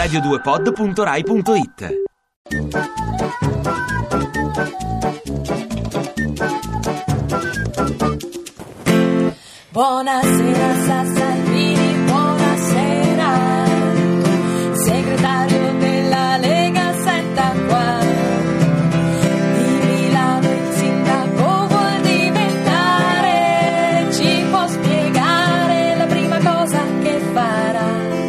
radio2pod.rai.it. Buonasera Salvini, buonasera. Segretario della Lega, senta qua. Di Milano il sindaco vuol diventare. Ci può spiegare la prima cosa che farà?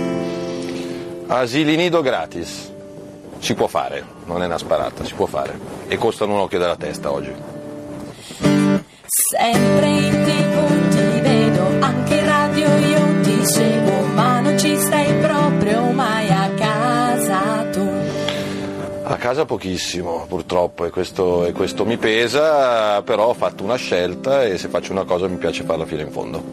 Asili nido gratis. Si può fare, non è una sparata, si può fare. E costano un occhio della testa oggi. Sempre in TV ti vedo, anche in radio io ti seguo, ma non ci stai proprio mai a casa tu. A casa pochissimo, purtroppo, e questo mi pesa, però ho fatto una scelta e se faccio una cosa mi piace farla fino in fondo.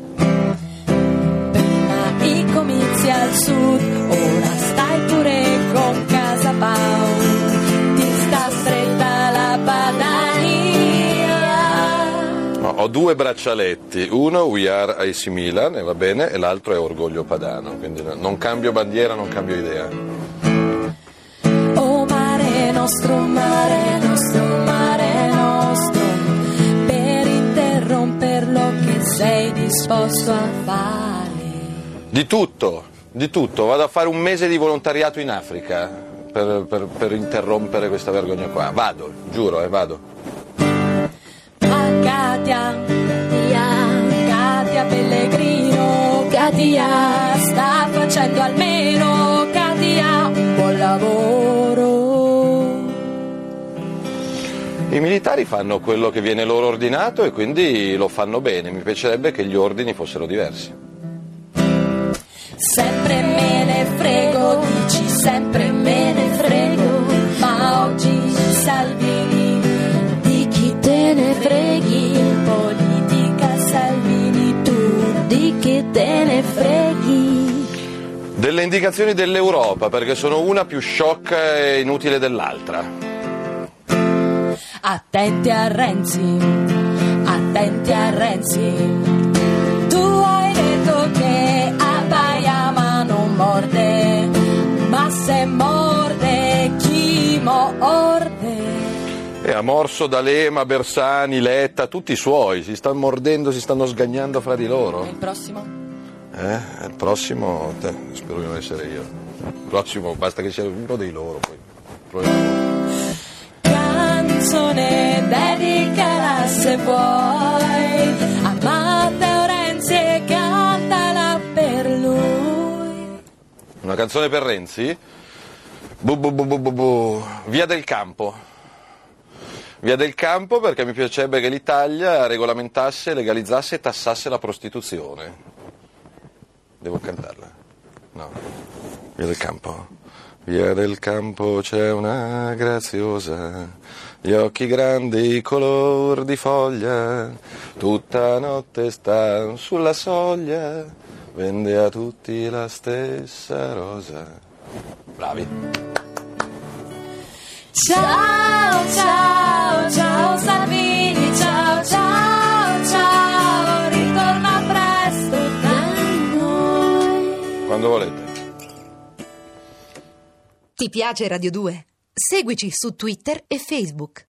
Prima i comizi al sud, ora stai pure con Casa Pound, ti sta stretta la Padania. No, ho due braccialetti, uno We Are AC Milan, e va bene, e l'altro è Orgoglio Padano, quindi non cambio bandiera, non cambio idea. Oh mare nostro, mare nostro, mare nostro, per interromperlo che sei disposto a fare? Di tutto, vado a fare un mese di volontariato in Africa per interrompere questa vergogna qua, vado, giuro, vado. Katia Pellegrino, Katia sta facendo almeno, Katia un buon lavoro. I militari fanno quello che viene loro ordinato e quindi lo fanno bene, mi piacerebbe che gli ordini fossero diversi. Sempre me ne frego, dici sempre me ne frego, ma oggi Salvini, di chi te ne freghi? In politica Salvini, tu di chi te ne freghi? Delle indicazioni dell'Europa, perché sono una più sciocca e inutile dell'altra. Attenti a Renzi, attenti a Renzi. Tu hai detto che abbaia ma non morde, ma se morde chi morde? E ha morso D'Alema, Bersani, Letta, tutti i suoi, si stanno mordendo, si stanno sgagnando fra di loro. E il prossimo? Il prossimo, spero di non essere io. Il prossimo basta che sia uno dei loro, poi. Canzone dedicala se vuoi a Matteo Renzi e cantala per lui. Una canzone per Renzi? Via del Campo. Via del Campo, perché mi piacerebbe che l'Italia regolamentasse, legalizzasse e tassasse la prostituzione. Devo cantarla? No. Via del Campo. Via del Campo c'è una graziosa, gli occhi grandi color di foglia, tutta notte sta sulla soglia, vende a tutti la stessa rosa. Bravi. Ciao, ciao, ciao Salvini, ciao, ciao, ciao, ritorna presto da noi. Quando volete. Ti piace Radio 2? Seguici su Twitter e Facebook.